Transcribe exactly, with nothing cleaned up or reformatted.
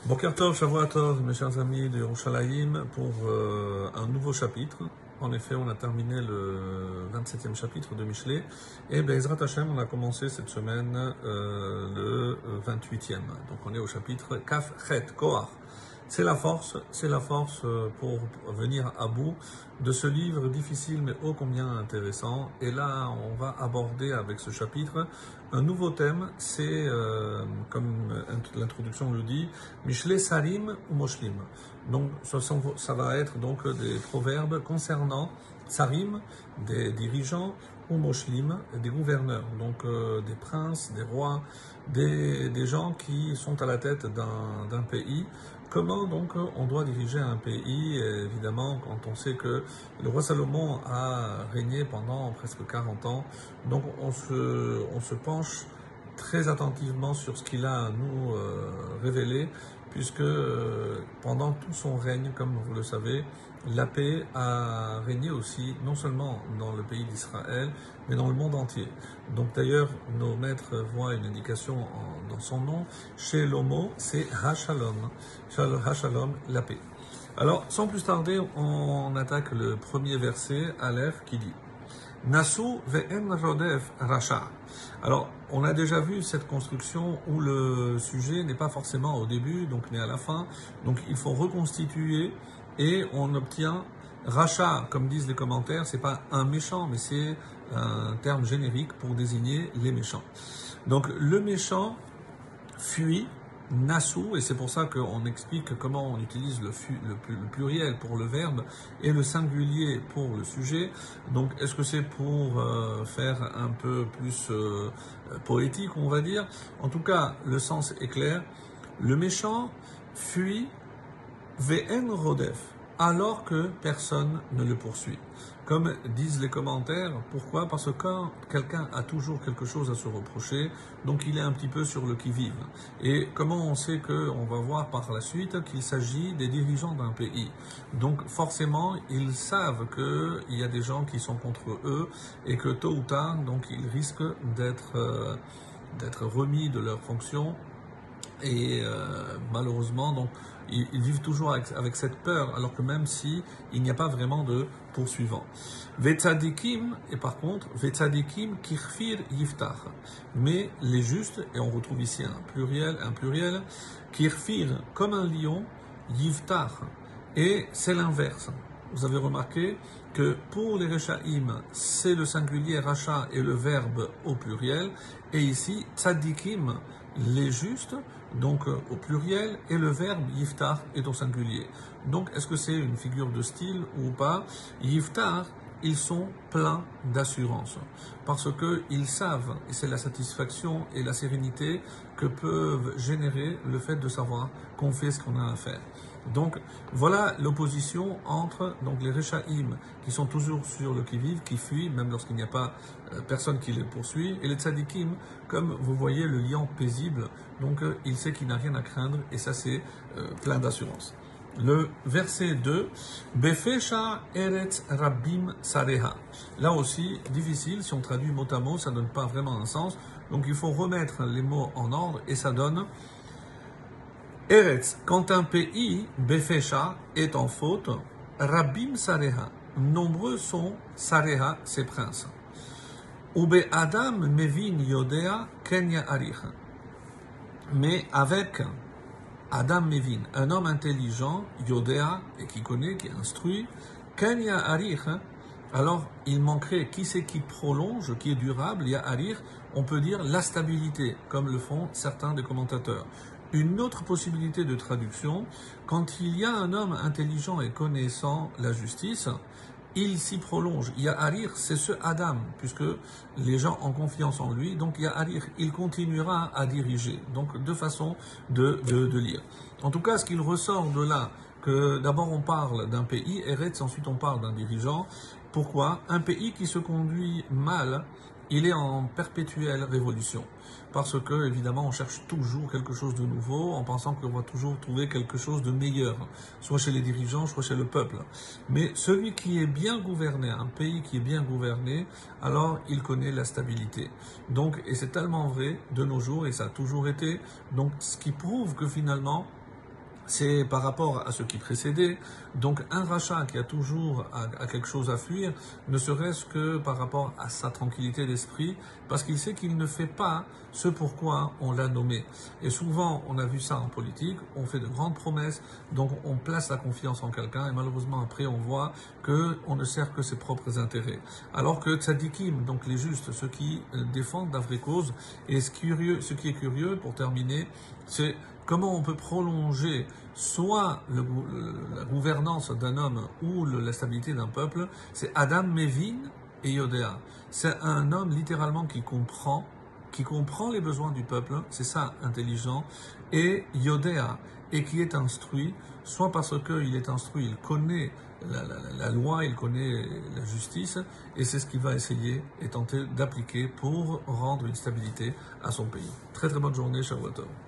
Boker Tov, Shavua Tov, mes chers amis de Yerushalayim, pour euh, un nouveau chapitre. En effet, on a terminé le vingt-septième chapitre de Michelet, et Be'ezrat Hashem, on a commencé cette semaine euh, le vingt-huitième. Donc on est au chapitre Kaf Chet, Koach. C'est la force, c'est la force pour venir à bout de ce livre difficile mais ô combien intéressant. Et là, on va aborder avec ce chapitre un nouveau thème, c'est, euh, comme l'introduction le dit, Mishle Sarim ou Moshlim. Donc, ça va être donc des proverbes concernant Sarim, des dirigeants, ou Moshlim, des gouverneurs, donc euh, des princes, des rois, des, des gens qui sont à la tête d'un pays. Comment donc on doit diriger un pays? Et évidemment, quand on sait que le roi Salomon a régné pendant presque quarante ans, donc on se, on se penche très attentivement sur ce qu'il a à nous euh, révélé, puisque euh, pendant tout son règne, comme vous le savez, la paix a régné aussi, non seulement dans le pays d'Israël, mais dans le monde entier. Donc d'ailleurs, nos maîtres voient une indication en, dans son nom, chez l'homo, c'est Hashalom, Hashalom, la paix. Alors, sans plus tarder, on attaque le premier verset, Aleph, qui dit Nasu ve'en rodef racha. Alors, on a déjà vu cette construction où le sujet n'est pas forcément au début, donc mais à la fin. Donc, il faut reconstituer et on obtient racha, comme disent les commentaires, c'est pas un méchant, mais c'est un terme générique pour désigner les méchants. Donc, le méchant fuit. Nasu, et c'est pour ça qu'on explique comment on utilise le, le, le pluriel pour le verbe et le singulier pour le sujet. Donc, est-ce que c'est pour euh, faire un peu plus euh, poétique, on va dire? En tout cas, le sens est clair. Le méchant fuit ve'en rodef, alors que personne ne le poursuit. Comme disent les commentaires, pourquoi? Parce que quand quelqu'un a toujours quelque chose à se reprocher, donc il est un petit peu sur le qui-vive. Et comment on sait que, on va voir par la suite qu'il s'agit des dirigeants d'un pays. Donc forcément, ils savent qu'il y a des gens qui sont contre eux et que tôt ou tard, donc ils risquent d'être euh, d'être remis de leurs fonctions. Et euh, malheureusement, donc, ils, ils vivent toujours avec, avec cette peur, alors que même si il n'y a pas vraiment de poursuivants. Vetzadikim, et par contre, Vetzadikim kirfir yiftach. Mais les justes, et on retrouve ici un pluriel, un pluriel, kirfir comme un lion, yiftach. Et c'est l'inverse. Vous avez remarqué que pour les Rechaim, c'est le singulier racha et le verbe au pluriel. Et ici, tzadikim, les justes, donc euh, au pluriel, et le verbe yiftar est au singulier. Donc, est-ce que c'est une figure de style ou pas? Yiftar, ils sont pleins d'assurance, parce qu'ils savent, et c'est la satisfaction et la sérénité que peuvent générer le fait de savoir qu'on fait ce qu'on a à faire. Donc, voilà l'opposition entre donc, les Rechaim, qui sont toujours sur le qui-vive, qui fuient, même lorsqu'il n'y a pas euh, personne qui les poursuit, et les Tzadikim, comme vous voyez le lion paisible, donc euh, il sait qu'il n'a rien à craindre, et ça c'est euh, plein d'assurance. Le verset deux, Befesha Eretz Rabbim Sareha. Là aussi, difficile, si on traduit mot à mot, ça ne donne pas vraiment un sens, donc il faut remettre les mots en ordre, et ça donne Eretz, quand un pays, Befesha, est en faute, Rabbim Sareha, nombreux sont Sareha, ses princes. Ube Adam Mevin Yodea Kenya Arich. Mais avec Adam Mevin, un homme intelligent, Yodea, et qui connaît, qui est instruit, Kenya Arich, alors il manquerait qui c'est qui prolonge, qui est durable, il y a Arich, on peut dire la stabilité, comme le font certains des commentateurs. Une autre possibilité de traduction, quand il y a un homme intelligent et connaissant la justice, il s'y prolonge. Il y a Arir, c'est ce Adam, puisque les gens ont confiance en lui. Donc il y a Arir, il continuera à diriger. Donc deux façons de, de, de lire. En tout cas, ce qu'il ressort de là, que d'abord on parle d'un pays, Eretz, ensuite on parle d'un dirigeant. Pourquoi? Un pays qui se conduit mal, il est en perpétuelle révolution. Parce que, évidemment, on cherche toujours quelque chose de nouveau en pensant qu'on va toujours trouver quelque chose de meilleur, soit chez les dirigeants, soit chez le peuple. Mais celui qui est bien gouverné, un pays qui est bien gouverné, alors il connaît la stabilité. Donc, et c'est tellement vrai de nos jours, et ça a toujours été, donc ce qui prouve que finalement, c'est par rapport à ce qui précédait, donc un rachat qui a toujours à, à quelque chose à fuir, ne serait-ce que par rapport à sa tranquillité d'esprit, parce qu'il sait qu'il ne fait pas ce pourquoi on l'a nommé. Et souvent, on a vu ça en politique, on fait de grandes promesses, donc on place la confiance en quelqu'un, et malheureusement après on voit qu'on ne sert que ses propres intérêts. Alors que tzadikim, donc les justes, ceux qui défendent la vraie cause, et ce qui est curieux, ce qui est curieux pour terminer, c'est comment on peut prolonger soit le, la gouvernance d'un homme ou le, la stabilité d'un peuple. C'est Adam Mevin et Yodéa. C'est un homme littéralement qui comprend, qui comprend les besoins du peuple, c'est ça intelligent, et Yodéa, et qui est instruit, soit parce qu'il est instruit, il connaît la, la, la loi, il connaît la justice, et c'est ce qu'il va essayer et tenter d'appliquer pour rendre une stabilité à son pays. Très très bonne journée, Shavuot Tov.